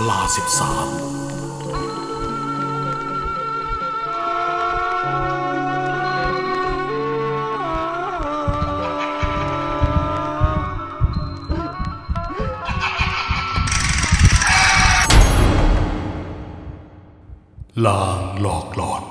ลา13ลางหลอกหลอน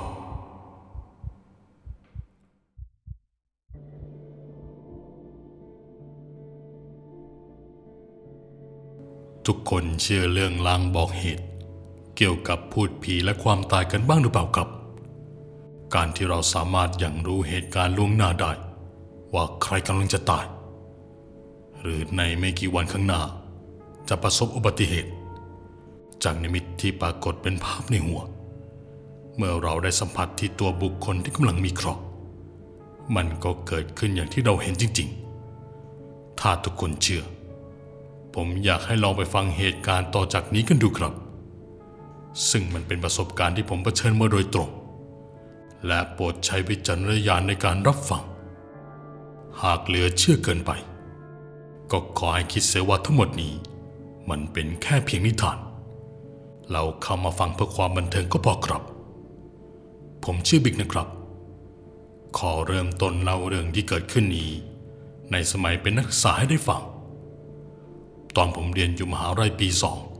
ทุกคนเชื่อเรื่องลางบอกเหตุเกี่ยวกับพูดผีและความตายกันบ้างหรือเปล่าครับการที่เราสามารถยังรู้เหตุการณ์ล่วงหน้าได้ว่าใครกำลังจะตายหรือในไม่กี่วันข้างหน้าจะประสบอุบัติเหตุจากนิมิตที่ปรากฏเป็นภาพในหัวเมื่อเราได้สัมผัสที่ตัวบุคคลที่กำลังมีเคราะห์มันก็เกิดขึ้นอย่างที่เราเห็นจริงๆถ้าทุกคนเชื่อผมอยากให้ลองไปฟังเหตุการณ์ต่อจากนี้กันดูครับซึ่งมันเป็นประสบการณ์ที่ผมเผชิญมาโดยตรงและโปรดใช้วิจารณญาณในการรับฟังหากเหลือเชื่อเกินไปก็ขอให้คิดเสียว่าทั้งหมดนี้มันเป็นแค่เพียงนิทานเราเข้ามาฟังเพื่อความบันเทิงก็พอครับผมชื่อบิ๊กนะครับขอเริ่มต้นเล่าเรื่องที่เกิดขึ้นนี้ในสมัยเป็นนักศึกษาให้ได้ฟังตอนผมเรียนอยู่มหาวิทยาลัยปี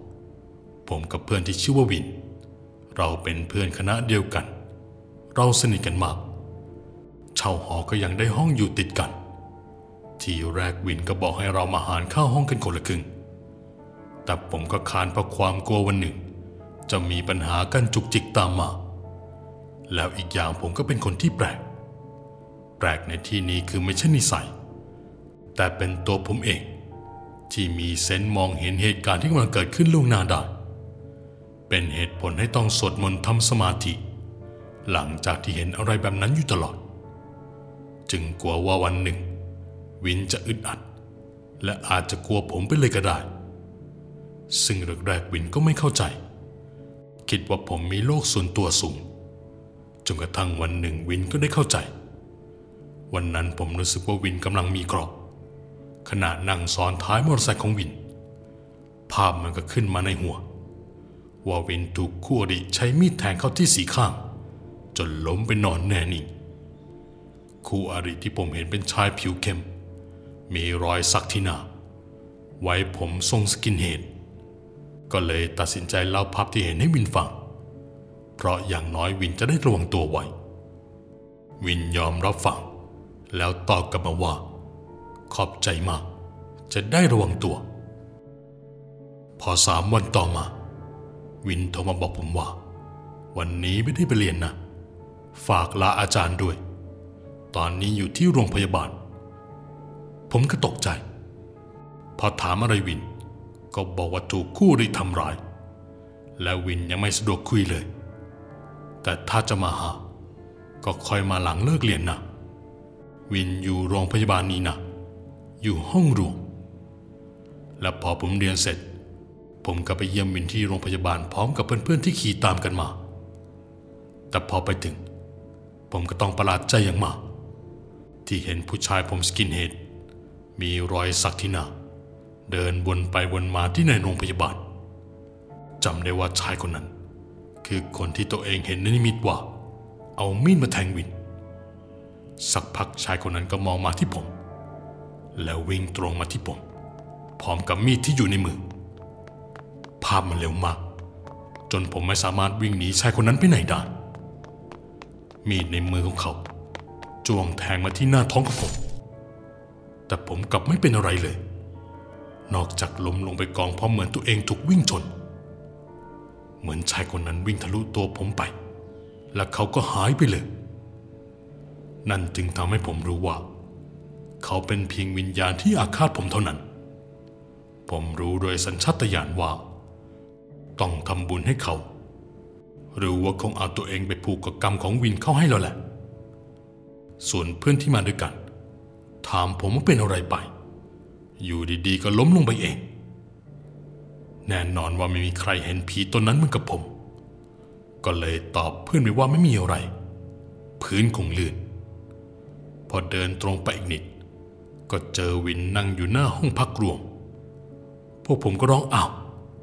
2ผมกับเพื่อนที่ชื่อว่าวินเราเป็นเพื่อนคณะเดียวกันเราสนิทกันมากเช่าหอก็ยังได้ห้องอยู่ติดกันทีแรกวินก็บอกให้เรามาหารข้าวห้องกันคนละครึ่งแต่ผมก็ค้านเพราะความกลัววันหนึ่งจะมีปัญหากันจุกจิกตามมาแล้วอีกอย่างผมก็เป็นคนที่แปลกในที่นี้คือไม่ใช่นิสัยแต่เป็นตัวผมเองที่มีเซนส์มองเห็นเหตุการณ์ที่กำลังเกิดขึ้นล่วงหน้าได้เป็นเหตุผลให้ต้องสวดมนต์ทำสมาธิหลังจากที่เห็นอะไรแบบนั้นอยู่ตลอดจึงกลัวว่าวันหนึ่งวินจะอึดอัดและอาจจะกลัวผมไปเลยก็ได้ซึ่งแรกๆวินก็ไม่เข้าใจคิดว่าผมมีโลกส่วนตัวสูงจนกระทั่งวันหนึ่งวินก็ได้เข้าใจวันนั้นผมรู้สึกว่าวินกำลังมีเคราะห์ขณะนั่งซ้อนท้ายมอเตอร์ไซค์ของวินภาพมันก็ขึ้นมาในหัวว่าวินถูกคู่อริใช้มีดแทงเข้าที่สี่ข้างจนล้มไปนอนแน่นิ่งคู่อริที่ผมเห็นเป็นชายผิวเข้มมีรอยสักที่หน้าไว้ผมทรงสกินเฮดก็เลยตัดสินใจเล่าภาพที่เห็นให้วินฟังเพราะอย่างน้อยวินจะได้ระวังตัวไว้วินยอมรับฟังแล้วตอบกลับมาว่าขอบใจมากจะได้ระวังตัวพอ3 วันต่อมาวินโทรมาบอกผมว่าวันนี้ไม่ได้ไปเรียนนะฝากลาอาจารย์ด้วยตอนนี้อยู่ที่โรงพยาบาลผมก็ตกใจพอถามอะไรวินก็บอกว่าถูกคู่อริทำร้ายและวินยังไม่สะดวกคุยเลยแต่ถ้าจะมาหาก็ค่อยมาหลังเลิกเรียนนะวินอยู่โรงพยาบาลนี้นะอยู่ห้องรวมและพอผมเรียนเสร็จผมก็ไปเยี่ยมวินที่โรงพยาบาลพร้อมกับเพื่อนๆที่ขี่ตามกันมาแต่พอไปถึงผมก็ต้องประหลาดใจอย่างมากที่เห็นผู้ชายผมสกินเฮดมีรอยสักที่หน้าเดินวนไปวนมาที่ในโรงพยาบาลจำได้ว่าชายคนนั้นคือคนที่ตัวเองเห็นในนิมิตว่าเอามีดมาแทงวินสักพักชายคนนั้นก็มองมาที่ผมแล้ววิ่งตรงมาที่ผมพร้อมกับมีดที่อยู่ในมือภาพมันเร็วมากจนผมไม่สามารถวิ่งหนีชายคนนั้นไปไหนได้มีดในมือของเขาจ้วงแทงมาที่หน้าท้องของผมแต่ผมกลับไม่เป็นอะไรเลยนอกจากล้มลงไปกองเพราะเหมือนตัวเองถูกวิ่งชนเหมือนชายคนนั้นวิ่งทะลุตัวผมไปและเขาก็หายไปเลยนั่นจึงทำให้ผมรู้ว่าเขาเป็นเพียงวิญญาณที่อาฆาตผมเท่านั้นผมรู้โดยสัญชาตญาณว่าต้องทำบุญให้เขาหรือว่าคงเอาตัวเองไปผูกกับกรรมของวินเข้าให้แล้วแหละส่วนเพื่อนที่มาด้วยกันถามผมว่าเป็นอะไรไปอยู่ดีๆก็ล้มลงไปเองแน่นอนว่าไม่มีใครเห็นผีตนนั้นเหมือนกับผมก็เลยตอบเพื่อนไปว่าไม่มีอะไรพื้นคงลื่นพอเดินตรงไปอีกนิดก็เจอวินนั่งอยู่หน้าห้องพักรวมพวกผมก็ร้องอ้าว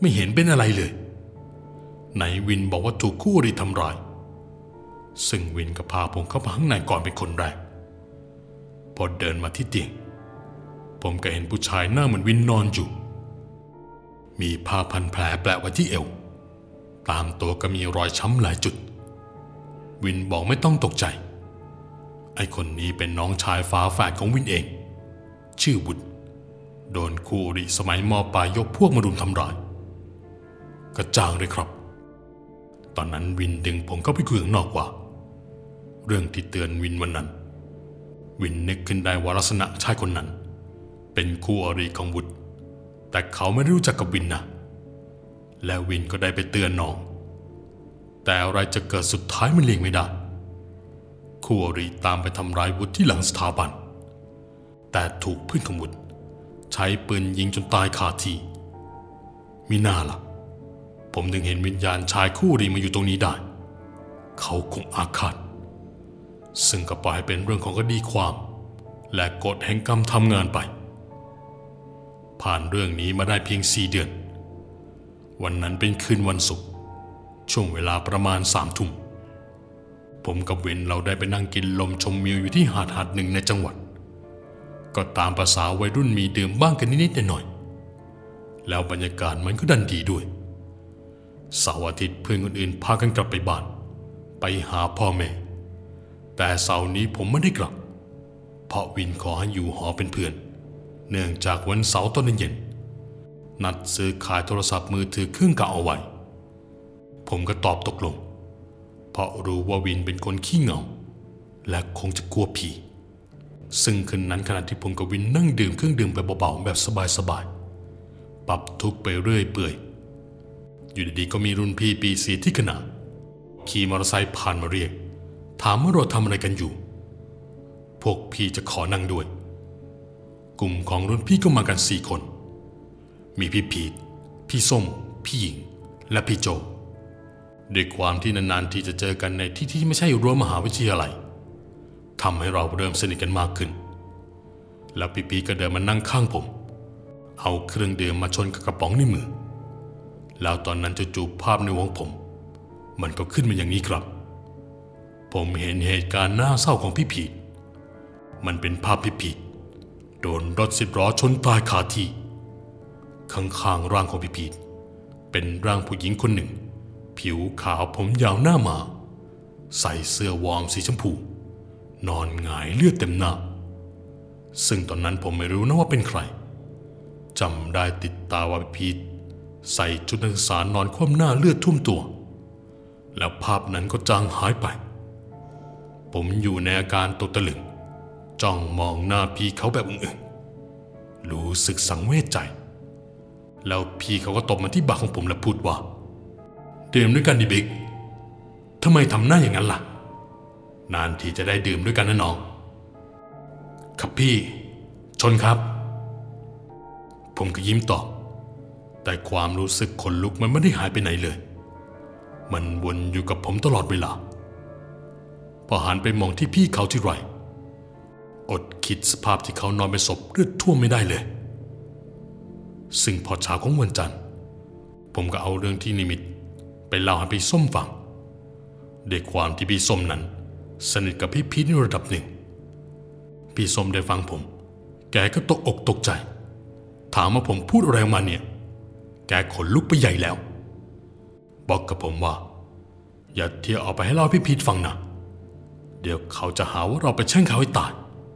ไม่เห็นเป็นอะไรเลยไหนวินบอกว่าถูกคู่อริทำร้ายซึ่งวินก็พาผมเข้ามาข้างในก่อนเป็นคนแรกพอเดินมาที่เตียงผมก็เห็นผู้ชายหน้าเหมือนวินนอนอยู่มีผ้าพันแผลแปะไว้ที่เอวตามตัวก็มีรอยช้ำหลายจุดวินบอกไม่ต้องตกใจไอ้คนนี้เป็นน้องชายฝาแฝดของวินเองชื่อบุตรโดนคู่อริสมัยม.ปลายยกพวกมารุมทำร้ายกระจ่างเลยครับตอนนั้นวินดึงผมเข้าไปคุยข้างนอกว่าเรื่องที่เตือนวินวันนั้นวินนึกขึ้นได้ว่าลักษณะชายคนนั้นเป็นคู่อริของบุตรแต่เขาไม่รู้จักกับวินนะและวินก็ได้ไปเตือนน้องแต่อะไรจะเกิดสุดท้ายมันเลี่ยงไม่ได้คู่อริตามไปทำร้ายวุฒิที่หลังสถาบันแต่ถูกเพื่อนของวุฒิใช้ปืนยิงจนตายคาที่มิน่าล่ะผมถึงเห็นวิญญาณชายคู่อริมาอยู่ตรงนี้ได้เขาคงอาฆาตซึ่งก็ปล่อยให้เป็นเรื่องของคดีความและกฎแห่งกรรมทำงานไปผ่านเรื่องนี้มาได้เพียง4 เดือนวันนั้นเป็นคืนวันศุกร์ช่วงเวลาประมาณ3 ทุ่มผมกับเวนเราได้ไปนั่งกินลมชมวิวอยู่ที่หาดหนึ่งในจังหวัดก็ตามภาษาวัยรุ่นมีดื่มบ้างกันนิดๆหน่อยๆแล้วบรรยากาศมันก็ดันดีด้วยเสาร์อาทิตย์เพื่อนคนอื่นพากันกลับไปบ้านไปหาพ่อแม่แต่เสาร์นี้ผมไม่ได้กลับเพราะวินขอให้อยู่หอเป็นเพื่อนเนื่องจากวันเสาร์ตอนเย็นนัดซื้อขายโทรศัพท์มือถือเครื่องเก่าเอาไว้ผมก็ตอบตกลงเพราะรู้ว่าวินเป็นคนขี้เหงาและคงจะกลัวผีซึ่งคืนนั้นขณะที่ผมกับวินนั่งดื่มเครื่องดื่มไปเบาๆแบบสบายๆปรับทุกไปเรื่อยเปื่อยอยู่ดีๆก็มีรุ่นพี่ปี4ที่คณะขี่มอเตอร์ไซค์ผ่านมาเรียกถามว่าเราทำอะไรกันอยู่พวกพี่จะขอนั่งด้วยกลุ่มของรุ่นพี่ก็มากัน4 คนมีพี่พีทพี่ส้มพี่หญิงและพี่โจด้วยความที่นานๆที่จะเจอกันในที่ไม่ใช่รั้วมหาวิทยาลัยทำให้เราเริ่มสนิทกันมากขึ้นแล้วพี่พีก็เดินมานั่งข้างผมเอาเครื่องดื่มมาชนกับกระป๋องในมือแล้วตอนนั้นจู่ๆภาพในหัวผมมันก็ขึ้นมาอย่างนี้ครับผมเห็นเหตุการณ์น่าเศร้าของพี่พีทมันเป็นภาพพี่พีทโดนรถ10 ล้อชนตายคาที่ข้างๆร่างของพี่พีทเป็นร่างผู้หญิงคนหนึ่งผิวขาวผมยาวหน้ามาใส่เสื้อวอร์มสีชมพูนอนหงายเลือดเต็มหน้าซึ่งตอนนั้นผมไม่รู้นะว่าเป็นใครจำได้ติดตาว่าพี่พีทใส่ชุดนักศึกษานอนคว่ำหน้าเลือดท่วมตัวแล้วภาพนั้นก็จางหายไปผมอยู่ในอาการตกตะลึงจ้องมองหน้าพี่เขาแบบอึ้งๆรู้สึกสังเวชใจแล้วพี่เขาก็ตบมาที่บ่าของผมและพูดว่าดื่มด้วยกันดิบิ๊กทำไมทำหน้าอย่างนั้นล่ะนานทีจะได้ดื่มด้วยกันนะน้องครับพี่ชนครับผมก็ยิ้มตอบแต่ความรู้สึกขนลุกมันไม่ได้หายไปไหนเลยมันวนอยู่กับผมตลอดเวลาพอหันไปมองที่พี่เขาที่ไรอดคิดสภาพที่เขานอนเป็นศพเลือดท่วมไม่ได้เลยซึ่งพอเช้าของวันจันทร์ผมก็เอาเรื่องที่นิมิตไปเล่าให้พี่ส้มฟังด้วยความที่พี่ส้มนั้นสนิทกับพี่พีทในระดับหนึ่งพี่ส้มได้ฟังผมแกก็ตกอกตกใจถามว่าผมพูดอะไรออกมาเนี่ยแกขนลุกไปใหญ่แล้วบอกกับผมว่าอย่าเที่ยวเอาไปให้เล่าพี่พีทฟังนะเดี๋ยวเขาจะหาว่าเราไปแช่งเขาให้ตาย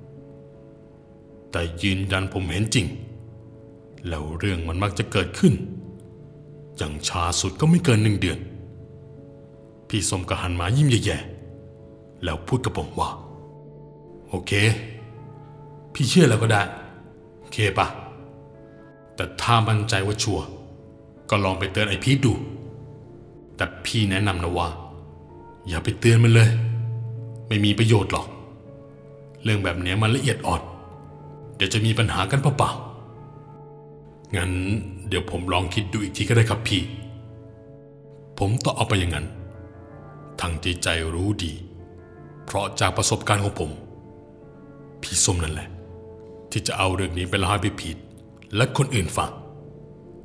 แต่ยืนยันผมเห็นจริงแล้วเรื่องมันมักจะเกิดขึ้นอย่างช้าสุดก็ไม่เกิน1 เดือนพี่ส้มก็หันมายิ้มแย่ๆแล้วพูดกับผมว่าโอเคพี่เชื่อแล้วก็ได้โอเคปะแต่ถ้ามั่นใจว่าชัวร์ก็ลองไปเตือนไอ้พีทดูแต่พี่แนะนำนะว่าอย่าไปเตือนมันเลยไม่มีประโยชน์หรอกเรื่องแบบนี้มันละเอียดอ่อนเดี๋ยวจะมีปัญหากันเปล่าๆงั้นเดี๋ยวผมลองคิดดูอีกทีก็ได้ครับพี่ผมต้องเอาไปอย่างนั้นทั้งที่ใจรู้ดีเพราะจากประสบการณ์ของผมพี่ส้มนั่นแหละที่จะเอาเรื่องนี้ไปเล่าให้พี่พีทและคนอื่นฟัง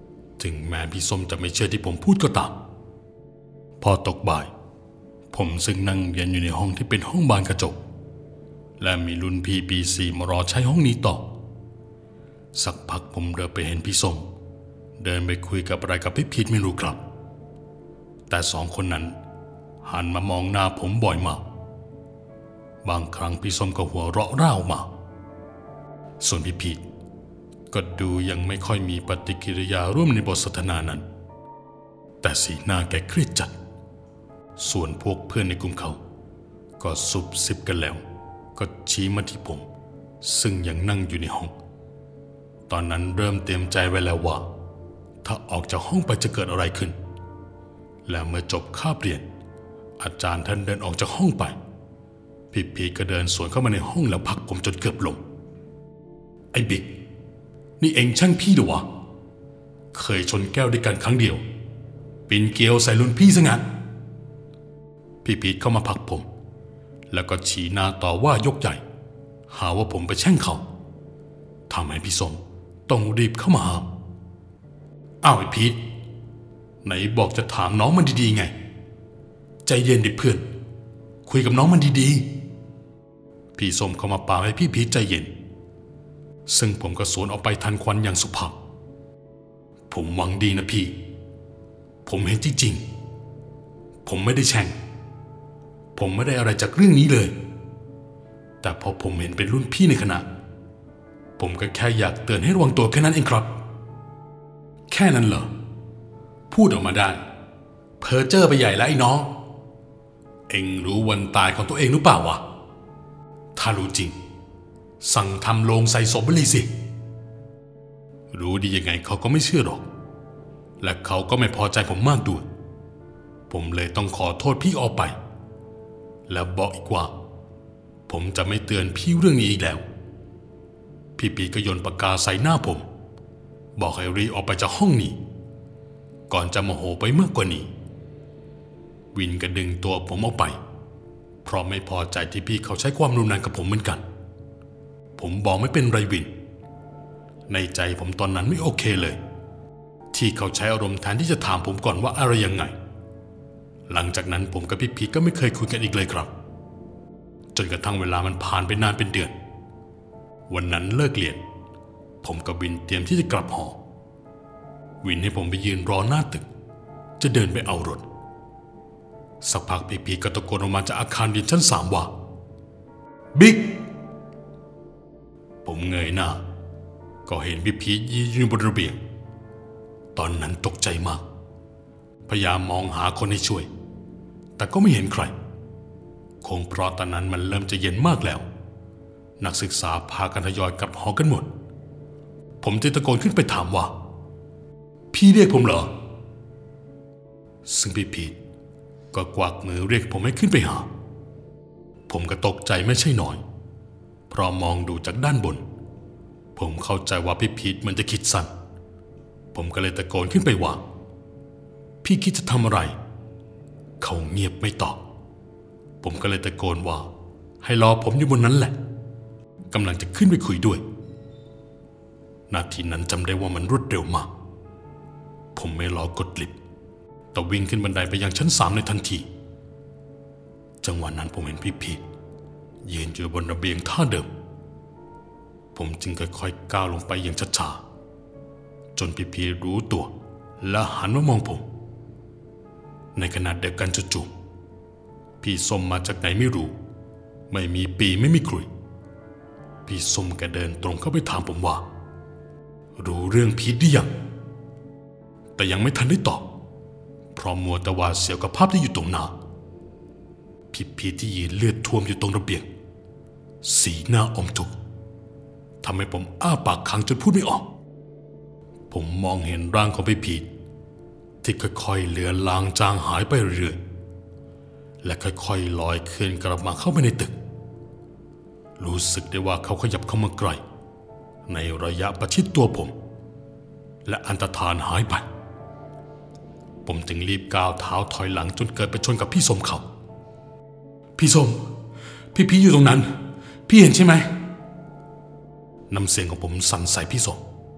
ถึงแม้พี่ส้มจะไม่เชื่อที่ผมพูดก็ตามพอตกบ่ายผมซึ่งนั่งเรียนอยู่ในห้องที่เป็นห้องบานกระจกและมีรุ่นพี่ปี 4มารอใช้ห้องนี้ต่อสักพักผมเดินไปเห็นพี่ส้มเดินไปคุยกับอะไรกับพี่พีทไม่รู้ครับแต่สองคนนั้นหันมามองหน้าผมบ่อยมากบางครั้งพี่ส้มก็หัวเราะร่ามาส่วนพี่พีทก็ดูยังไม่ค่อยมีปฏิกิริยาร่วมในบทสนทนานั้นแต่สีหน้าแกเครียดจัดส่วนพวกเพื่อนในกลุ่มเขาก็ซุบซิบกันแล้วก็ชี้มาที่ผมซึ่งยังนั่งอยู่ในห้องตอนนั้นเริ่มเตรียมใจไว้แล้วว่าถ้าออกจากห้องไปจะเกิดอะไรขึ้นและเมื่อจบคาบเรียนอาจารย์ท่านเดินออกจากห้องไปพี่พีก็เดินสวนเข้ามาในห้องแล้วผลักผมจนเกือบล้มไอ้บิ๊กนี่เองช่างพี่เหรอวะเคยชนแก้วด้วยกันครั้งเดียวปีนเกลียวใส่รุ่นพี่ซะงั้นพี่พีเข้ามาผลักผมแล้วก็ชี้หน้าต่อว่ายกใหญ่หาว่าผมไปแช่งเขาทำให้พี่ส้มต้องรีบเข้ามาห้ามอ้าวไอ้พีทไหนบอกจะถามน้องมันดีๆไงใจเย็นดิเพื่อนคุยกับน้องมันดีๆพี่ส้มเข้ามาปาให้พี่พีทใจเย็นซึ่งผมก็สวนออกไปทันควันอย่างสุภาพผมหวังดีนะพี่ผมเห็นจริงๆผมไม่ได้แช่งผมไม่ได้อะไรจากเรื่องนี้เลยแต่พอผมเห็นเป็นรุ่นพี่ในคณะผมก็แค่อยากเตือนให้ระวังตัวแค่นั้นเองครับแค่นั้นเหรอพูดออกมาได้เพ้อเจ้อไปใหญ่แล้วไอ้น้องเอ็งรู้วันตายของตัวเองหรือเปล่าวะถ้ารู้จริงสั่งทำโลงใส่ศพไปเลยสิรู้ดียังไงเขาก็ไม่เชื่อหรอกและเขาก็ไม่พอใจผมมากด้วยผมเลยต้องขอโทษพี่ออกไปและบอกอีกว่าผมจะไม่เตือนพี่เรื่องนี้อีกแล้วพี่ปีก็โยนปากกาใส่หน้าผมบอกให้รีออกไปจากห้องนี้ก่อนจะโมโหไปมากกว่านี้วินก็ดึงตัวผมออกไปเพราะไม่พอใจที่พี่เขาใช้ความรุนแรงกับผมเหมือนกันผมบอกไม่เป็นไรวินในใจผมตอนนั้นไม่โอเคเลยที่เขาใช้อารมณ์แทนที่จะถามผมก่อนว่าอะไรยังไงหลังจากนั้นผมกับพี่พีก็ไม่เคยคุยกันอีกเลยครับจนกระทั่งเวลามันผ่านไปนานเป็นเดือนวันนั้นเลิกเรียนผมกับวินเตรียมที่จะกลับหอวินให้ผมไปยืนรอหน้าตึกจะเดินไปเอารถสักพักพี่พีก็ตะโกนออกมาจากอาคารเรียนชั้น 3ว่าบิ๊กผมเงยหน้าก็เห็นพี่พียืนอยู่บนระเบียงตอนนั้นตกใจมากพยายามมองหาคนให้ช่วยแต่ก็ไม่เห็นใครคงเพราะตอนนั้นมันเริ่มจะเย็นมากแล้วนักศึกษาพากันทยอยกลับหอกันหมดผมจึงตะโกนขึ้นไปถามว่าพี่เรียกผมเหรอซึ่งพี่พีทก็กวักมือเรียกผมให้ขึ้นไปหาผมก็ตกใจไม่ใช่น้อยเพราะมองดูจากด้านบนผมเข้าใจว่าพี่พีทมันจะคิดสั้นผมก็เลยตะโกนขึ้นไปว่าพี่คิดจะทำอะไรเขาเงียบไม่ตอบผมก็เลยตะโกนว่าให้รอผมอยู่บนนั้นแหละกำลังจะขึ้นไปคุยด้วยนาทีนั้นจำได้ว่ามันรวดเร็วมากผมไม่รอกดลิฟต์แต่วิ่งขึ้นบันไดไปยังชั้น 3ในทันทีจังหวะนั้นผมเห็นพี่พีทยืนอยู่บนระเบียงท่าเดิมผมจึงค่อยๆก้าวลงไปอย่างช้าๆจนพี่พีทรู้ตัวและหันมามองผมในขณะเดียวกันจู่ๆพี่ส้มมาจากไหนไม่รู้ไม่มีปีไม่มีครุยพี่ส้มแกเดินตรงเข้าไปถามผมว่ารู้เรื่องพีทหรือยังแต่ยังไม่ทันได้ตอบเพราะมัวแต่หวาดเสียวกับภาพที่อยู่ตรงหน้าพี่พีทที่ยืนเลือดท่วมอยู่ตรงระเบียงสีหน้าอมทุกข์ทำให้ผมอ้าปากค้างจนพูดไม่ออกผมมองเห็นร่างของพี่พีทที่ค่อยๆเลือนลางจางหายไปเรื่อยๆและค่อยๆลอยเคลื่อนกลับมาเข้าไปในตึกรู้สึกได้ว่าเขาขยับเข้ามาใกล้ในระยะประชิดตัวผมและอันตรธานหายไปผมจึงรีบก้าวเท้าถอยหลังจนเกิดไปชนกับพี่ส้มเขาพี่ส้มพี่พีทอยู่ตรงนั้นพี่เห็นใช่ไหมน้ำเสียงของผมสั่นใส่พี่ส้ม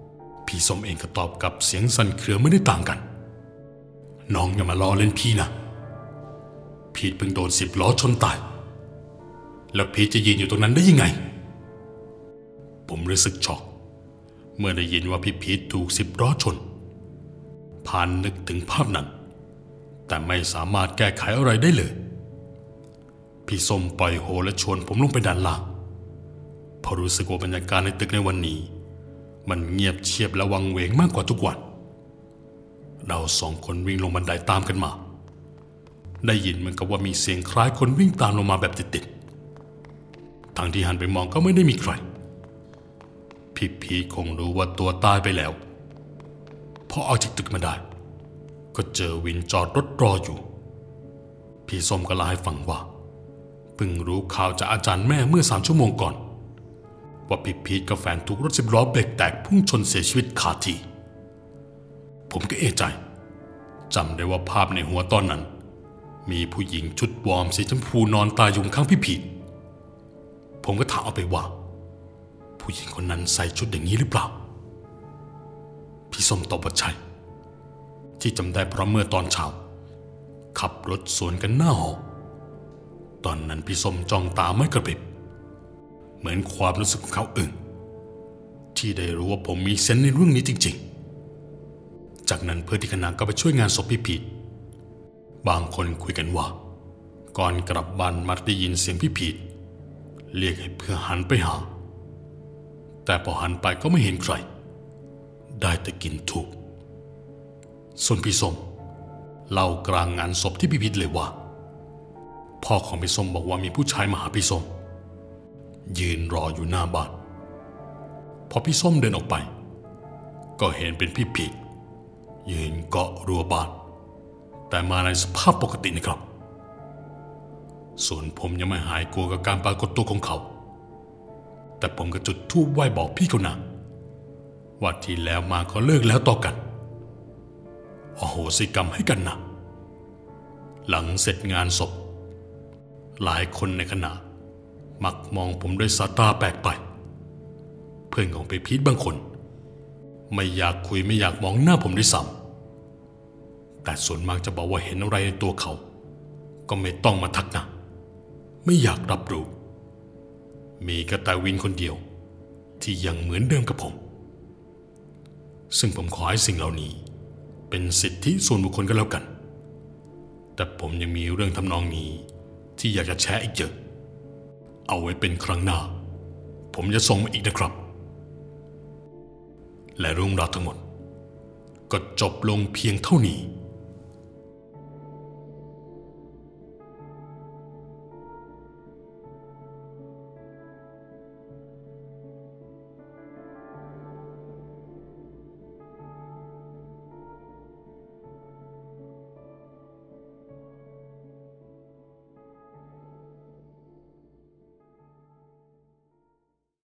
พี่ส้มเองก็ตอบกับเสียงสั่นเครือไม่ได้ต่างกันน้องอย่ามาล้อเล่นพี่นะพีทเพิ่งโดน10 ล้อชนตายแล้วพีทจะยืนอยู่ตรงนั้นได้ยังไงผมรู้สึกช็อกเมื่อได้ยินว่าพี่พีทถูก10 ล้อชนผ่านนึกถึงภาพนั้นแต่ไม่สามารถแก้ไขอะไรได้เลยพี่ส้มปล่อยโฮและชวนผมลงไปด้านล่างพอรู้สึกว่าบรรยากาศในตึกในวันนี้มันเงียบเชียบและวังเวงมากกว่าทุกวันเรา2 คนวิ่งลงบันไดตามกันมาได้ยินเหมือนกับว่ามีเสียงคล้ายคนวิ่งตามลงมาแบบติดๆทางที่หันไปมองก็ไม่ได้มีใครพี่พีคงรู้ว่าตัวตายไปแล้วพอออกจากตึกมาได้ก็เจอวินจอดรถรออยู่พี่ส้มก็เล่าให้ฟังว่าเพิ่งรู้ข่าวจากอาจารย์แม่เมื่อ3 ชั่วโมงก่อนว่าพี่พีทกับแฟนถูกรถ10 ล้อเบรกแตกพุ่งชนเสียชีวิตคาที่ผมก็เอะใจจำได้ว่าภาพในหัวตอนนั้นมีผู้หญิงชุดวอร์มสีชมพูนอนตายอยู่ข้างพี่พีทผมก็ถามเอาไปว่าผู้หญิงคนนั้นใส่ชุดอย่างนี้หรือเปล่าพี่ส้มตอบว่าใช่ที่จำได้เพราะเมื่อตอนเช้าขับรถสวนกันหน้าหอตอนนั้นพี่ส้มจ้องตาไม่กระพริบเหมือนความรู้สึกของเขาอึ้งที่ได้รู้ว่าผมมีเซนส์ในเรื่องนี้จริงๆจากนั้นเพื่อนที่คณะก็ไปช่วยงานศพพี่พีทบางคนคุยกันว่าก่อนกลับบ้านมักได้ยินเสียงพี่พีทเรียกให้เพื่อนหันไปหาแต่พอหันไปก็ไม่เห็นใครได้แต่กลิ่นธูปส่วนพี่ส้มเล่ากลางงานศพที่พี่พีทเลยว่าพ่อของพี่ส้มบอกว่ามีผู้ชายมาหาพี่ส้มยืนรออยู่หน้าบ้านพอพี่ส้มเดินออกไปก็เห็นเป็นพี่พีทยืนเกาะรั้วบ้านแต่มาในสภาพปกตินะครับส่วนผมยังไม่หายกลัวกับการปรากฏตัวของเขาแต่ผมก็จุดธูปไหว้บอกพี่เขานะว่าที่แล้วมาก็เลิกแล้วต่อกันอโหสิกรรมให้กันนะหลังเสร็จงานศพหลายคนในคณะมักมองผมด้วยสายตาแปลกไปเพื่อนของพี่พีทบางคนไม่อยากคุยไม่อยากมองหน้าผมด้วยซ้ำแต่ส่วนมากจะบอกว่าเห็นอะไรในตัวเขาก็ไม่ต้องมาทักนะไม่อยากรับรู้มีกระต่ายวินคนเดียวที่ยังเหมือนเดิมกับผมซึ่งผมขอให้สิ่งเหล่านี้เป็นสิทธิส่วนบุคคลก็แล้วกันแต่ผมยังมีเรื่องทำนองนี้ที่อยากจะแชร์อีกเยอะเอาไว้เป็นครั้งหน้าผมจะส่งมาอีกนะครับและเรื่องราวทั้งหมดก็จบลงเพียงเท่านี้